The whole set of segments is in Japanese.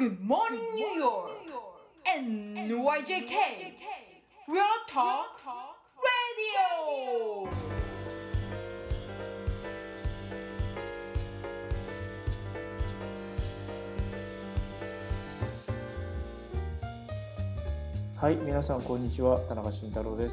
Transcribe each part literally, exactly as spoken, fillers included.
Good morning, New York! エヌワイジェーケー! Real Talk Radio! はい、皆さんこんにちは、田中慎太郎です。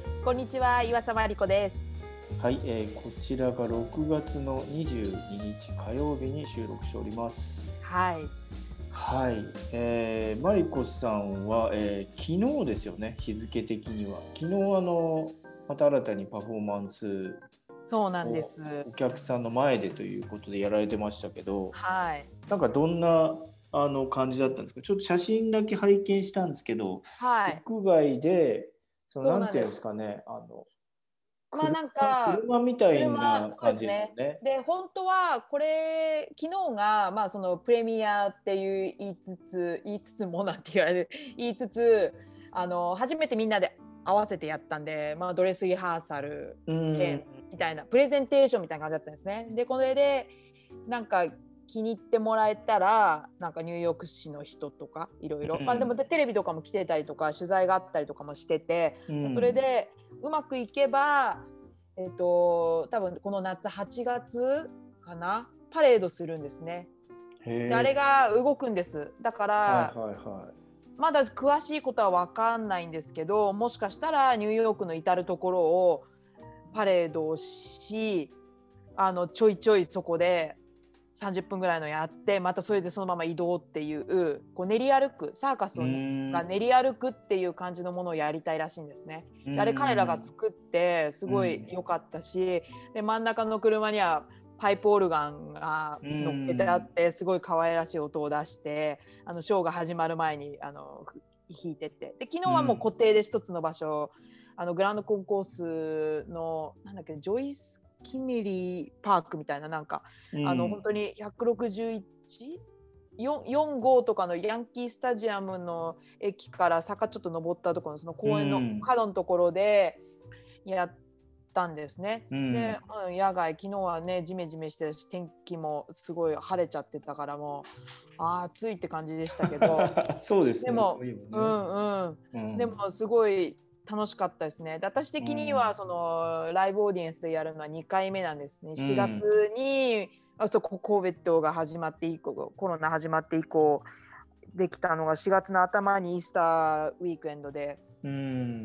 こんにちは、岩佐真理子です。 はい、えー、こちらがろくがつのにじゅうににち火曜日に収録しております。 はい。 はい、えー、マリコさんは、えー、昨日ですよね、日付的には。昨日あのまた新たにパフォーマンスそうなんです。 お客さんの前でということでやられてましたけど、 はい。 なんかどんなあの感じだったんですか？ちょっと写真だけ拝見したんですけど、 はい。 屋外でそのそうなんです。 なんていうんですかね、あのまあなん車、 か車みたい車、 な感じそうですね。 ですよね。 で、本当はこれ昨日がまあそのプレミアっていう言いつつ言いつつもなんて言われる言いつつあの初めてみんなで合わせてやったんで、まあドレスリハーサル兼みたいなプレゼンテーションみたいな感じだったんですね。でこれでなんか気に入ってもらえたらなんかニューヨーク市の人とかいろいろ、まあでもテレビとかも来てたりとか取材があったりとかもしてて、うん、それでうまくいけばえっと多分この夏はちがつかなパレードするんですね。であれが動くんです。だから、はいはいはい、まだ詳しいことは分かんないんですけど、もしかしたらニューヨークの至るところをパレードをし、あのちょいちょいそこでさんじゅっぷんぐらいのやってまたそれでそのまま移動っていうこう練り歩くサーカスが練り歩くっていう感じのものをやりたいらしいんですね。であれ彼らが作ってすごい良かったし、で真ん中の車にはパイプオルガンが乗っけてあってすごい可愛らしい音を出してあのショーが始まる前にあの弾いてて、で昨日はもう固定で一つの場所、あのグランドコンコースのなんだっけジョイスキミリパークみたいななんか、うん、あの本当にひゃくろくじゅういち よん号とかのヤンキースタジアムの駅から坂ちょっと登ったところのその公園の角のところでやったんですね、うん、で、うん、野外昨日はねジメジメしてたし天気もすごい晴れちゃってたからもうあ暑いって感じでしたけどそうですね。 でも、 そういうのね、 うんうんうん、でもすごい楽しかったですね。で私的にはそのライブオーディエンスでやるのはにかいめなんですね。しがつに、うん、あそこ神戸島が始まって以降コロナ始まって以降できたのがしがつの頭にイースターウィークエンドで、うん、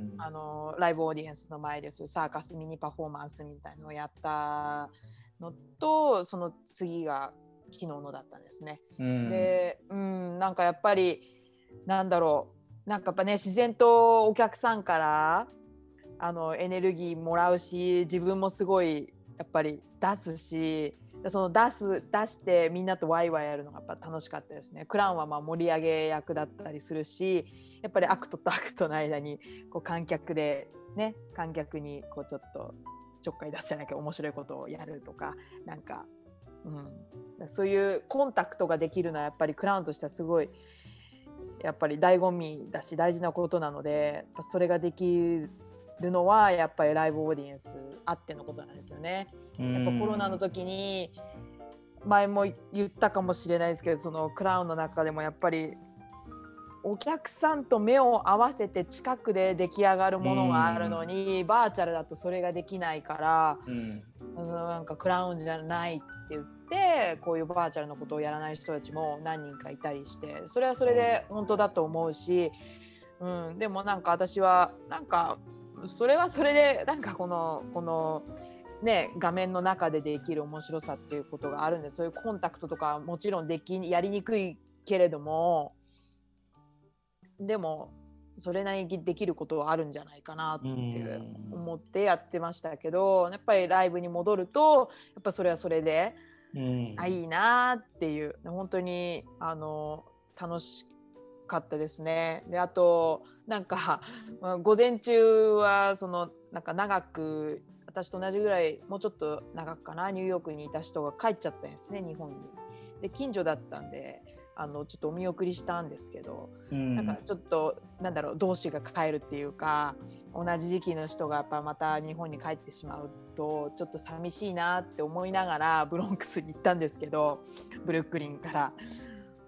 あのライブオーディエンスの前ですサーカスミニパフォーマンスみたいのをやったのとその次が昨日のだったんですね。うん、で、うん、なんかやっぱりなんだろうなんかやっぱね自然とお客さんからあのエネルギーもらうし自分もすごいやっぱり出すしその出す出してみんなとワイワイやるのがやっぱ楽しかったですね。クラウンはまあ盛り上げ役だったりするしやっぱりアクトとアクトの間にこう観客でね観客にこうちょっとちょっかい出すじゃなきゃ面白いことをやるとかなんか、うん、そういうコンタクトができるのはやっぱりクラウンとしてはすごいやっぱり醍醐味だし大事なことなのでそれができるのはやっぱりライブオーディエンスあってのことなんですよね。やっぱコロナの時に前も言ったかもしれないですけどそのクラウンの中でもやっぱりお客さんと目を合わせて近くで出来上がるものがあるのにバーチャルだとそれができないから、うん、なんかクラウンじゃないって言ってこういうバーチャルのことをやらない人たちも何人かいたりしてそれはそれで本当だと思うし、うん、でもなんか私はなんかそれはそれでなんかこのこのね画面の中でできる面白さっていうことがあるんでそういうコンタクトとかもちろんできやりにくいけれどもでもそれなりにできることはあるんじゃないかなって思ってやってましたけどやっぱりライブに戻るとやっぱそれはそれであいいなっていう本当にあの楽しかったですね。であとなんか午前中はそのなんか長く私と同じぐらいもうちょっと長くかなニューヨークにいた人が帰っちゃったんですね日本に。で近所だったんであのちょっとお見送りしたんですけど、うん、なんかちょっとなんだろう同志が帰るっていうか同じ時期の人がやっぱまた日本に帰ってしまうとちょっと寂しいなって思いながらブロンクスに行ったんですけどブルックリンから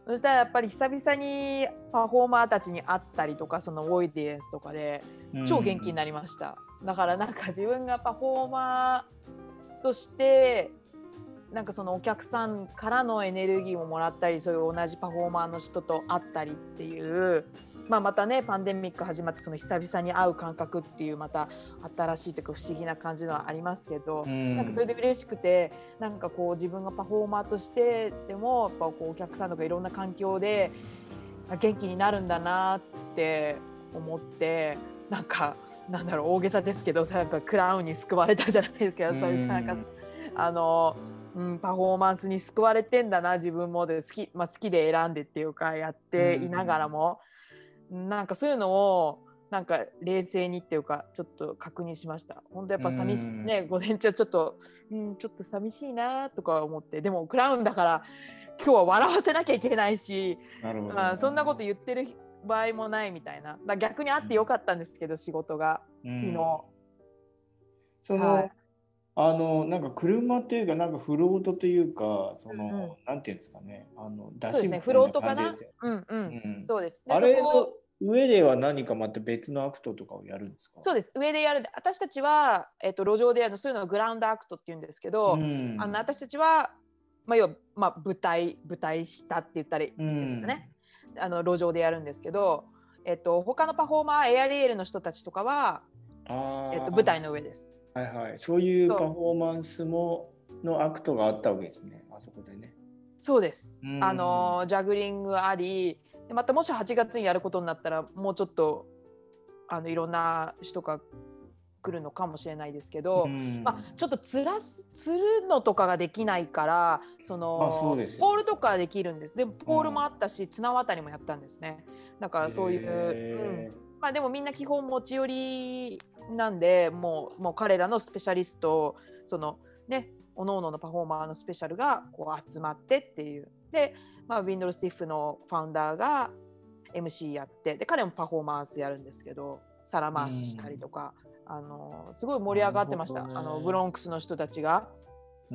そしたらやっぱり久々にパフォーマーたちに会ったりとか、そのオーディエンスとかで超元気になりました、うん、だからなんか自分がパフォーマーとしてなんかそのお客さんからのエネルギーももらったり、そういう同じパフォーマーの人と会ったりっていう、まあ、またねパンデミック始まってその久々に会う感覚っていうまた新しいというか不思議な感じのはありますけど、うん、なんかそれで嬉しくて、なんかこう自分がパフォーマーとしてでもやっぱこうお客さんとかいろんな環境で元気になるんだなって思って、なんかなんだろう大げさですけどなんかクラウンに救われたじゃないですけど、うん、そういうなんかあのうん、パフォーマンスに救われてんだな自分もで好き、まあ、好きで選んでっていうかやっていながらも、うん、なんかそういうのをなんか冷静にっていうかちょっと確認しました。本当やっぱ寂しい、うん、ね、午前中ちょっと、うん、ちょっと寂しいなとか思って、でもクラウンだから今日は笑わせなきゃいけないし、なるほど、まあ、そんなこと言ってる場合もないみたいな、だ逆にあってよかったんですけど、うん、仕事が昨日、うん、 その、はい、あのなんか車というかなんかフロートというかその、うん、なんていうんですかね、あの出しみたいな感じですよね。 フロートかな、うんうん、うん、そうです。であれの上では何かまた別のアクトとかをやるんですか？ そうです、上でやる。私たちは、えっと、路上でやるの、そういうのをグラウンドアクトっていうんですけど、うん、あの私たちは、まあ要はまあ、舞台舞台下って言ったらいいですかね、うん、あの路上でやるんですけど、えっと、他のパフォーマーエアリエルの人たちとかは、えっと、舞台の上です。 はいはい、そういうパフォーマンスものアクトがあったわけですね、あそこでね。 そうです、うん、あのジャグリングあり、またもしはちがつにやることになったらもうちょっとあのいろんな人が来るのかもしれないですけど、うん、まあ、ちょっとつらすつるのとかができないからそのそうですよ、ポールとかできるんです。でもポールもあったし、うん、綱渡りもやったんですね。だからそういう、うん、まあ、でもみんな基本持ち寄りなんで、もう、もう彼らのスペシャリスト、そのね、おのおののパフォーマーのスペシャルがこう集まってっていう。で、まあ、ウィンドルスティッフのファウンダーが エムシー やって、で彼もパフォーマンスやるんですけど、皿回ししたりとか、うん、あのすごい盛り上がってました、ね、あのブロンクスの人たちが。うん、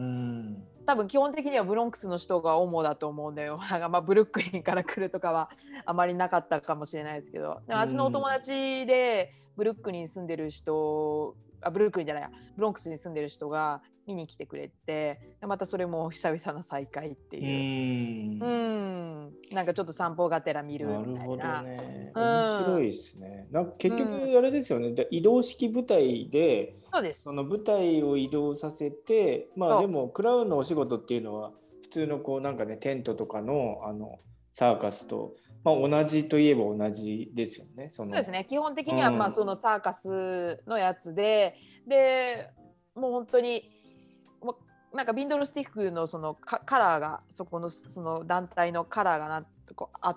多分基本的にはブロンクスの人が主だと思うんだよ。なんかまあブルックリンから来るとかはあまりなかったかもしれないですけど、でも私のお友達でブルックリンに住んでる人、あブルックリンじゃないやブロンクスに住んでる人が見に来てくれて、またそれも久々の再会っていう、うん、うんなんかちょっと散歩がてら見るみたいな。なるほどね、面白いですね。なんか結局あれですよね、うん、移動式舞台で、そうです、その舞台を移動させて、まあでもクラウンのお仕事っていうのは普通のこうなんかねテントとかのあのサーカスと、まあ、同じといえば同じですよね。そのそうですね、基本的にはまあそのサーカスのやつで、うん、でもう本当になんかビンドルスティックのそのカラーがそこのその団体のカラーがなんとこあって、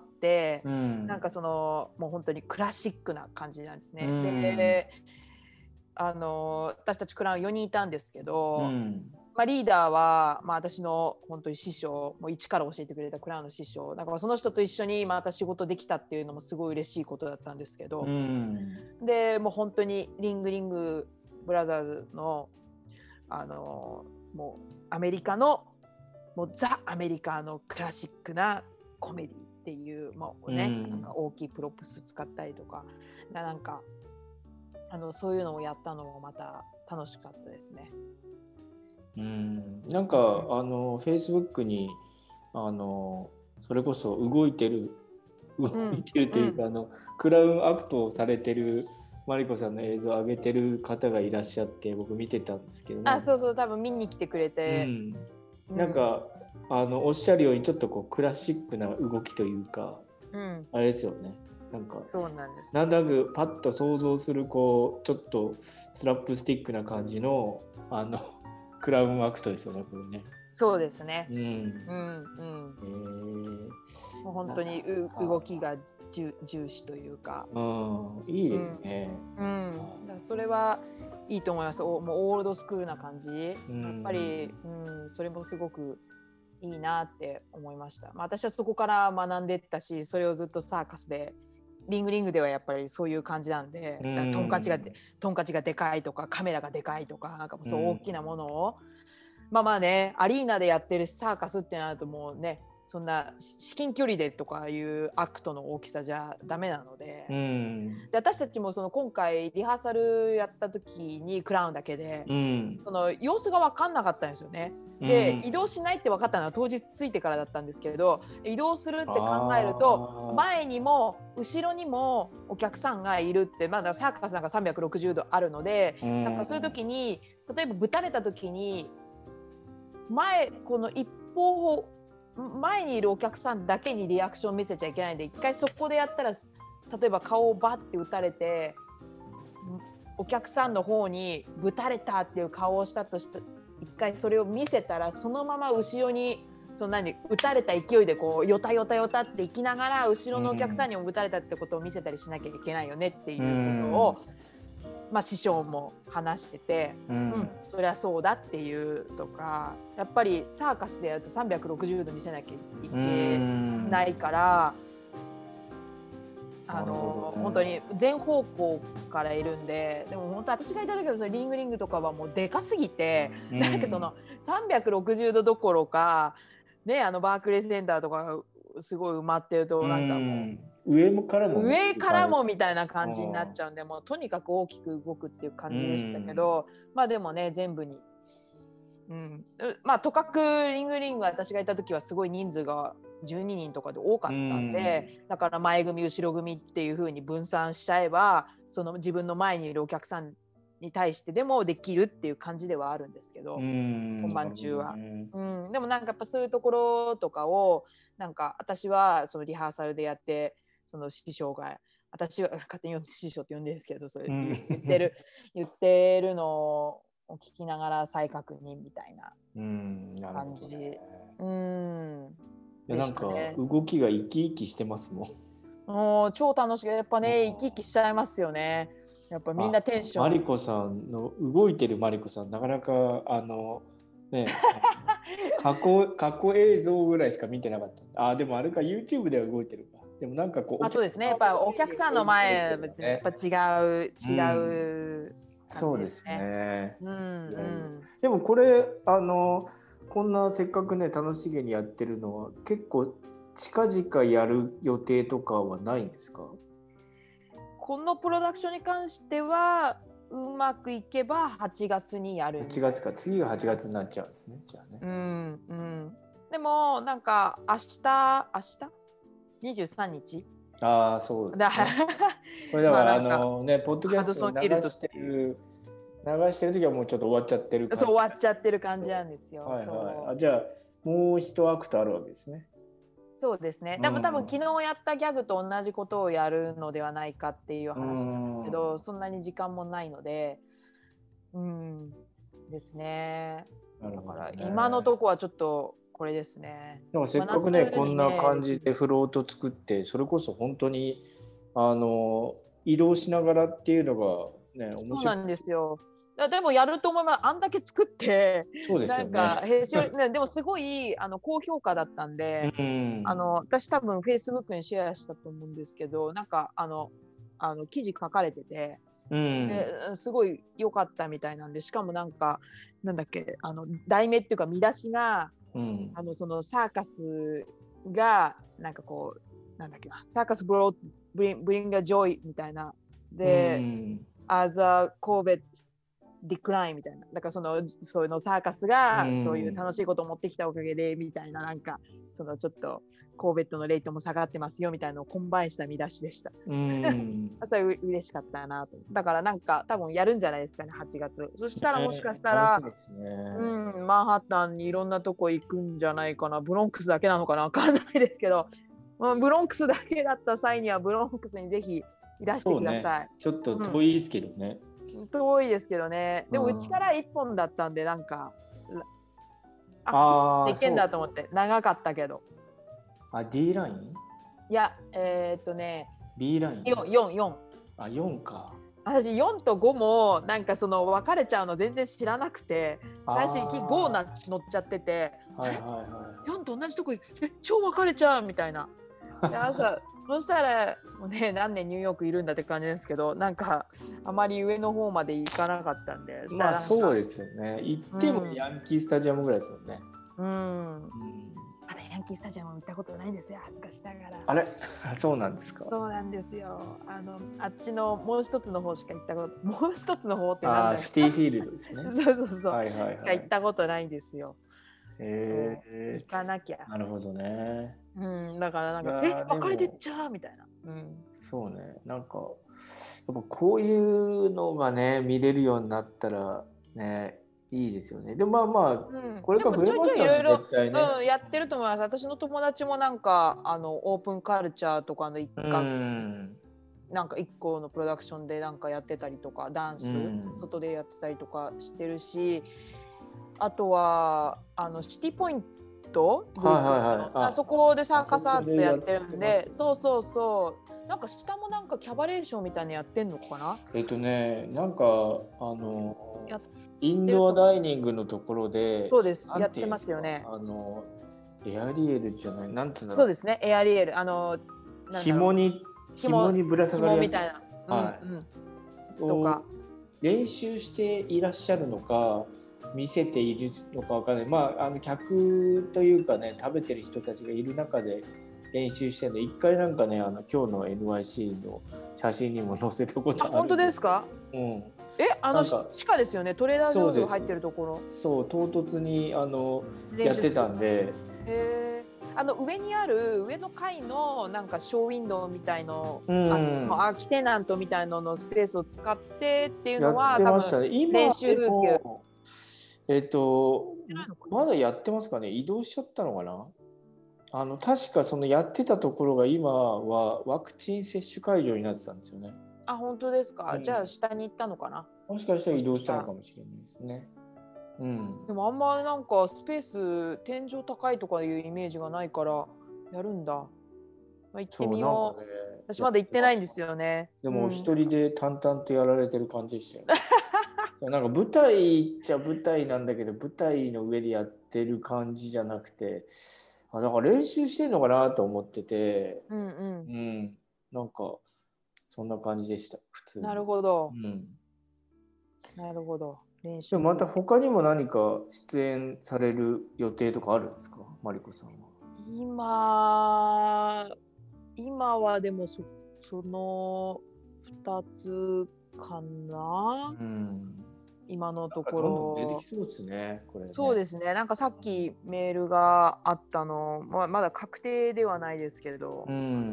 うん、なんかそのもう本当にクラシックな感じなんですね。うん、であの私たちクラウンよにんいたんですけど、うんまあ、リーダーは、まあ、私の本当に師匠、もう一から教えてくれたクラウンの師匠だから、その人と一緒にまた仕事できたっていうのもすごい嬉しいことだったんですけど、うん、でもう本当にリングリングブラザーズのあのもうアメリカのもうザ・アメリカのクラシックなコメディっていう、もうね、うん、なんか大きいプロップス使ったりとかなんかあのそういうのをやったのもまた楽しかったですね。 うんなんかあの Facebook にあのそれこそ動いてる動いてるというか、うん、あのクラウンアクトをされてるマリコさんの映像を上げてる方がいらっしゃって僕見てたんですけど、ね、 あそうそう多分見に来てくれて、 うん、なんか、うん、あのおっしゃるようにちょっとこうクラシックな動きというか、うん、あれですよね。なんかそうなんです。 なんとなくパッと想像するこうちょっとスラップスティックな感じのあのクラウンアクトですよねこれね。 そうですね。うんうんうん。もう本当に動きが重視というか。 うん、いいですね。 うん。うん、だからそれはいいと思います。おもうオールドスクールな感じ。やっぱり、うん、それもすごくいいなって思いました。まあ、私はそこから学んでったし、それをずっとサーカスで。リングリングではやっぱりそういう感じなんで、だからトンカチがトンカチがでかいとかカメラがでかいとかなんかそう大きなものを、まあまあねアリーナでやってるサーカスってなるともうねそんな至近距離でとかいうアクトの大きさじゃダメなので、 うん、 で私たちもその今回リハーサルやった時にクラウンだけで、 うん、 その様子が分かんなかったんですよね。で、うん、移動しないって分かったのは当日着いてからだったんですけど、移動するって考えると前にも後ろにもお客さんがいるって、まだサーカスなんかさんびゃくろくじゅうどあるので、うん、なんかそういう時に例えばぶたれた時に前この一方を前にいるお客さんだけにリアクション見せちゃいけないんで、一回そこでやったら例えば顔をバッて打たれてお客さんの方にぶたれたっていう顔をしたとして一回それを見せたらそのまま後ろにその何打たれた勢いでこうヨタヨタヨタっていきながら後ろのお客さんにもぶたれたってことを見せたりしなきゃいけないよねっていうことを、まあ、師匠も話してて、うん、うん、そりゃそうだっていうとか、やっぱりサーカスでやるとさんびゃくろくじゅうど見せなきゃいけないから、あの本当に全方向からいるんで、でも本当私がいた時はリングリングとかはもうでかすぎて、うん、なんかそのさんびゃくろくじゅうどどころかね、あのバークレーセンターとかすごい埋まってるとなんかもう、うん上からも上からもみたいな感じになっちゃうんで、もうとにかく大きく動くっていう感じでしたけど、まあでもね全部に、うん、まあとかくリングリング私がいた時はすごい人数がじゅうににんとかで多かったんで、だから前組後ろ組っていう風に分散しちゃえばその自分の前にいるお客さんに対してでもできるっていう感じではあるんですけど、本番中は、うん、でもなんかやっぱそういうところとかをなんか私はそのリハーサルでやってその師匠が私は勝手に師匠って呼んでるんですけど、それ言ってる、うん、言ってるのを聞きながら再確認みたいな感じ。うん、 いやなんか動きが生き生きしてますもん。 もう超楽しい、やっぱね生き生きしちゃいますよね。やっぱみんなテンション。 マリコさんの動いてるマリコさんなかなかあのね過去過去映像ぐらいしか見てなかった。あでもあれか YouTube では動いてるか。でもなんかこう、 あ、そうですね。やっぱお客さんの前別にやっぱ違う違う、 うん、そうですね。うんうん、でもこれあのこんなせっかくね楽しげにやってるのは結構近々やる予定とかはないんですか？ このプロダクションに関してはうまくいけばはちがつにやる。 はちがつか、次がはちがつになっちゃうんですね。じゃあね。 うんうん。でもなんか明日明日にじゅうさんにち。 ああそうですね。これだから、まあ、あのねポッドキャスト流してる流してる時はもうちょっと終わっちゃってる感じ。 そう終わっちゃってる感じなんですよ。 はいはい。あじゃあもう一アクトあるわけですね。 そうですね。でも多分昨日やったギャグと同じことをやるのではないかっていう話なんですけど、うん、そんなに時間もないので、うんですね。だから今のとこはちょっとこれですね。 でもせっかくね、ね、こんな感じでフロート作ってそれこそ本当にあの移動しながらっていうのがね面白い。 そうなんですよ。でもやると思います。あんだけ作ってそうですよね、 なんかでもすごいあの高評価だったんで、うん、あの私多分 Facebook にシェアしたと思うんですけど、なんかあのあの記事書かれてて、うん、ですごい良かったみたいなんで、しかもなんかなんだっけあの題名っていうか見出しが、うん、あのそのサーカスがなんかこうなんだっけなサーカスブローブリンブリンガジョイみたいなで、うん、as a COVIDディクラインみたいな、だからそのそういうのサーカスがそういう楽しいことを持ってきたおかげでみたいな、なんかそのちょっとコーベットのレートも下がってますよみたいなのをコンバインした見出しでした。うんそれう嬉しかったなと。だからなんか多分やるんじゃないですかね、はちがつ。そしたらもしかしたら、えーね、うん、マンハッタンにいろんなとこ行くんじゃないかな。ブロンクスだけなのかなわかんないですけど、うん、ブロンクスだけだった際にはブロンクスにぜひいらしてください。ね、 ちょっと遠いですけどね。 うん、遠いですけどね。でもうちからいっぽんだったんでなんか、あ、できんだと思って長かったけど。 あ、D ライン？ いや、えー、っとね、 B ライン？ よん、よん、よん。 あ、よんか。 私よんとごもなんかその分かれちゃうの全然知らなくて、最初行きごな乗っちゃってて、はいはいはい、よんと同じとこえ超分かれちゃうみたいな。で朝そしたらもうね何年ニューヨークいるんだって感じですけど、なんかあまり上の方まで行かなかったんで。 まあそうですよね。行ってもヤンキースタジアムぐらいですよね。 うん。うん、あれヤンキースタジアム行ったことないんですよ、恥ずかしながら。 あれそうなんですか。 そうなんですよ。あのあっちのもう一つの方しか行ったこと、もう一つの方ってなんだろう。 シティフィールドですね。 そうそうそう。 はいはいはい。 しか行ったことないんですよ。 へえ。 行かなきゃ。 なるほどね。 うん、だからなんかえ別れてっちゃうみたいな。うん。 そうね。なんかやっぱこういうのがね見れるようになったらねいいですよね。でもまあまあ、うん、これから増えますよね。絶対ね。 うん、やってると思います。私の友達もなんかあのオープンカルチャーとかの一環、うん、なんか一個のプロダクションでなんかやってたりとか、ダンス、うん、外でやってたりとかしてるし、あとはあのシティポイント、はいはいはい、あそこでサーカスアーツやってるんで、そうそうそう、なんか下もなんかキャバレーションみたいにやってんのかな。 えっとね、なんかあのインドアダイニングのところで、 そうですやってますよね。 あのエアリエルじゃない、なんていうんだろう。 そうですね、エアリエル、あの紐に紐にぶら下がるやつみたいな、はい、うんうん、とか練習していらっしゃるのか見せているのかわからない。まああの客というかね、食べてる人たちがいる中で練習してるの。一回なんかね、あの今日の エヌワイシー の写真にも載せたことある。 あ、本当ですか？ うん。え、 あの地下ですよね。トレーダー上が入ってるところ。 そう、唐突にあのやってたんで。 へー。あの上にある上の階のなんかショーウィンドウみたいの、うん、あアーキテナントみたいののスペースを使ってっていうのはやってましたね。今練習風景。 えっとまだやってますかね。移動しちゃったのかな。あの確かそのやってたところが今はワクチン接種会場になってたんですよね。 あ、本当ですか。うん、じゃあ下に行ったのかな。 もしかしたら移動したのかもしれないですね。 うん、でもあんまなんかスペース天井高いとかいうイメージがないからやるんだ。まあ、行ってみよう。うね、私まだ行ってないんですよね。 でも一人で淡々とやられてる感じでしたよね。うん、なんか舞台っちゃ舞台なんだけど舞台の上でやってる感じじゃなくて、あ、だから練習してんのかなと思ってて、うんうん、うん、なんかそんな感じでした普通に。 なるほど。うん、なるほど。 練習でもまた他にも何か出演される予定とかあるんですか、マリコさんは。 今今はでも そ, そのふたつかな、うん、今のところ。 どんどん出てきそうですね、これね。 そうですね。なんかさっきメールがあったの、まあ、まだ確定ではないですけれど、うん、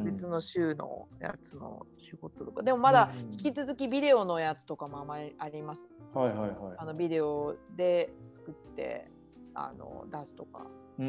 別の週のやつの仕事とかでもまだ引き続きビデオのやつとかもあります、 うん、はいはいはい。 あのビデオで作ってあの出すとか、うん、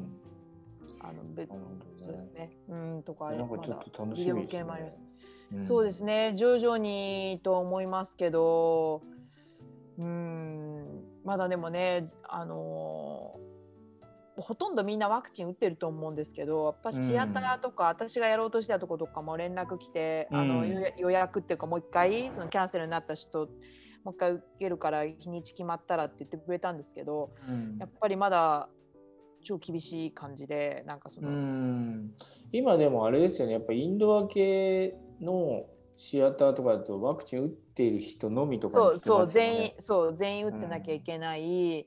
あの別そうですね、うんとか、 なんかちょっと楽しみですね。 ビデオ系もあります。うん、そうですね、徐々にと思いますけど、うーんまだでもね、あのー、ほとんどみんなワクチン打ってると思うんですけど、やっぱシアターとか、うん、私がやろうとしたとことかも連絡来て、うん、あの予約っていうかもう一回そのキャンセルになった人もう一回受けるから日にち決まったらって言ってくれたんですけど、うん、やっぱりまだ超厳しい感じで、なんかその、うん、 今でもあれですよね、やっぱインドア系のシアターとかだとワクチン打っている人のみとかにしてますよね。 そうそう、全員、そう全員打ってなきゃいけない、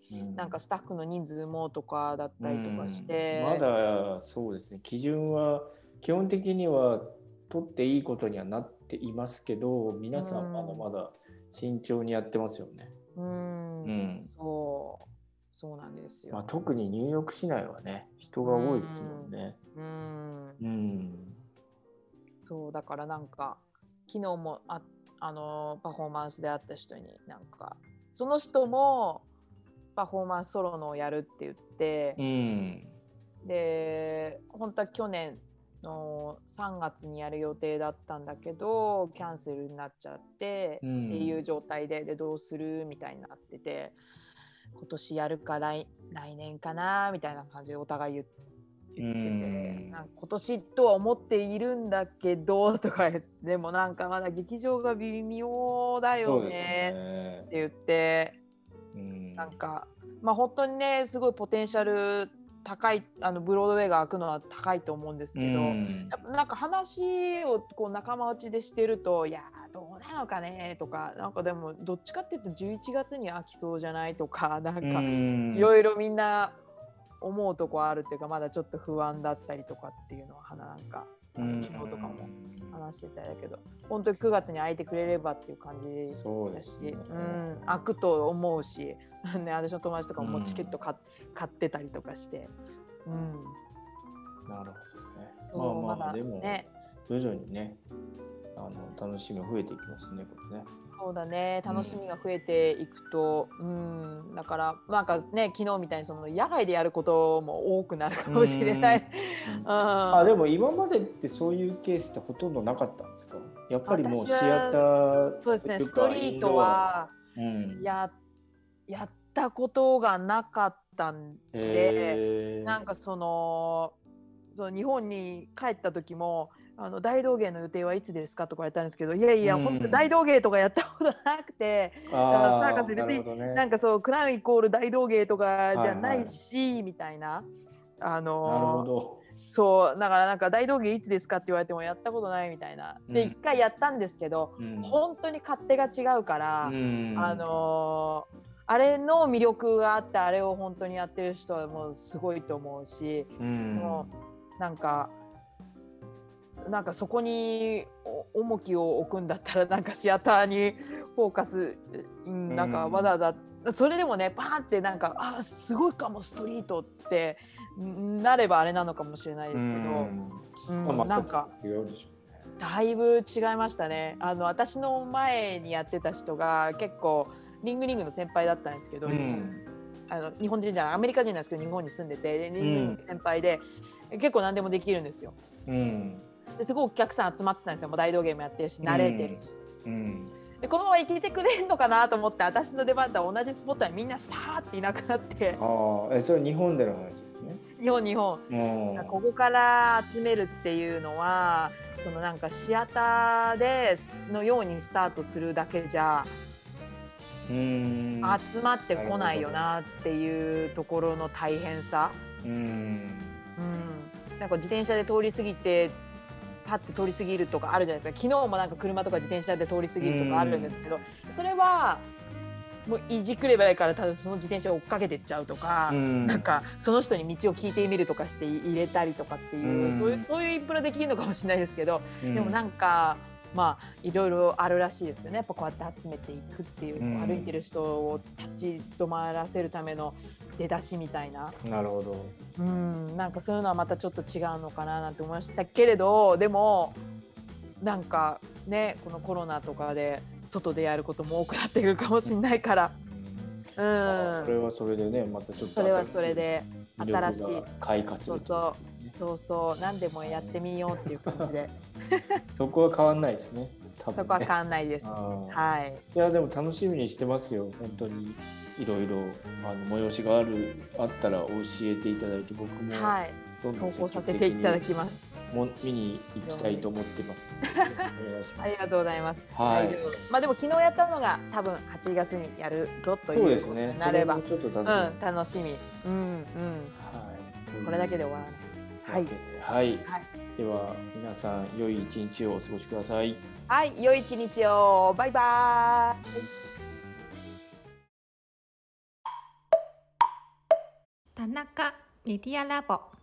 うん、なんかスタッフの人数もとかだったりとかして、 うん、まだそうですね、基準は基本的には取っていいことにはなっていますけど、皆さんまだまだ慎重にやってますよね。 うん、うん、そうそうなんですよ。 まあ、特にニューヨーク市内はね、人が多いですもんね。うん、 うん、そうだからなんか昨日も あ, あのパフォーマンスで会った人になんかその人もパフォーマンスソロのをやるって言って、うん、で本当は去年のさんがつにやる予定だったんだけどキャンセルになっちゃって、うん、っていう状態 で, でどうするみたいになってて、今年やるか 来, 来年かなみたいな感じでお互い言って言ってて、なんか今年とは思っているんだけどとか言って、でもなんかまだ劇場が微妙だよ ね, ねって言って、うん、なんかまあ本当にねすごいポテンシャル高い、あのブロードウェイが開くのは高いと思うんですけど、うん、なんか話をこう仲間内でしてると、いやどうなのかねとか、なんかでもどっちかっていうとじゅういちがつに開きそうじゃないとか、なんかいろいろみんな思うとこあるっていうか、まだちょっと不安だったりとかっていうのはなんか昨日とかも話してたんだけど、本当にくがつに空いてくれればっていう感じだし、 そうですね、 うん、開くと思うし、ね、私の友達とかももうチケット買、うん、買ってたりとかして、うん、 なるほどね。 そうまあまあ、 まあ、でも、 ね、 徐々にね、あの楽しみが増えていきますね、これね。 そうだね、楽しみが増えていくと、うん、うん、だからなんかね、昨日みたいにその野外でやることも多くなるかもしれない。 うんうん、あ、でも今までってそういうケースってほとんどなかったんですか？やっぱりもうシアター、 そうですね、ストリートはや、うん、やったことがなかったんで、なんかその、その日本に帰った時もあの大道芸の予定はいつですかとか言ったんですけど、いやいや、うん、本当大道芸とかやったことなくて、だからサーカス別になんかそうクラウンイコール大道芸とかじゃないし、はいはい、みたいな、あのなるほど、 そうだからなんか大道芸いつですかって言われてもやったことないみたいなで、一、うん、回やったんですけど、うん、本当に勝手が違うから、うん、あのー、あれの魅力があって、あれを本当にやってる人はもうすごいと思うし、うん、もうなんかなんかそこに重きを置くんだったらなんかシアターにフォーカス、うん、なんかわざわざそれでもねパーンってなんかあすごいかもストリートってなればあれなのかもしれないですけど、うんうん、なんかだいぶ違いましたね。あの私の前にやってた人が結構リングリングの先輩だったんですけど、うん、あの日本人じゃないアメリカ人なんですけど日本に住んでてリングリングの先輩で、うん、結構何でもできるんですよ。うんですごいお客さん集まってたんですよ。もう大道芸もやってるし慣れてるし、うんうん、でこのまま生きてくれんのかなと思って私の出番と同じスポットにみんなさーっていなくなって。 あえそれ日本での話ですね。 日本日本ここから集めるっていうのはそのなんかシアターでのようにスタートするだけじゃうーん集まってこないよなっていうところの大変さ。うん、うん、なんか自転車で通り過ぎてパッて通り過ぎるとかあるじゃないですか。昨日もなんか車とか自転車で通り過ぎるとかあるんですけど、それはもういじくればいいからただその自転車を追っかけてっちゃうとか、なんかその人に道を聞いてみるとかして入れたりとかっていう、そういう、そういうインプラできるのかもしれないですけど、でもなんかまあいろいろあるらしいですよね。やっぱこうやって集めていくっていう、うん、歩いてる人を立ち止まらせるための出だしみたいな。 なるほど。 うん、なんかそういうのはまたちょっと違うのかななんて思いましたけれど、でもなんかねこのコロナとかで外でやることも多くなってくるかもしれないから、 うん、それはそれでねまたちょっとそれはそれで新しい開花すると。 そうそう何でもやってみようっていう感じでそこは変わんないですね。多分ねそこは変わんないです。はい。 いやでも楽しみにしてますよ本当に。いろいろあの催しがあるあったら教えていただいて僕もどんどん投稿させていただきます。 も見に行きたいと思ってます。お願いします。 ありがとうございます。 はい。 まあでも昨日やったのが多分はちがつにやるぞということになれば、 ちょっと楽しみ。 うん、楽しみ。うんうん。はい。これだけで終わらない。はい。 はい。はい、では皆さん良い一日をお過ごしください。 はい、良い一日を。バイバーイ。 田中メディアラボ。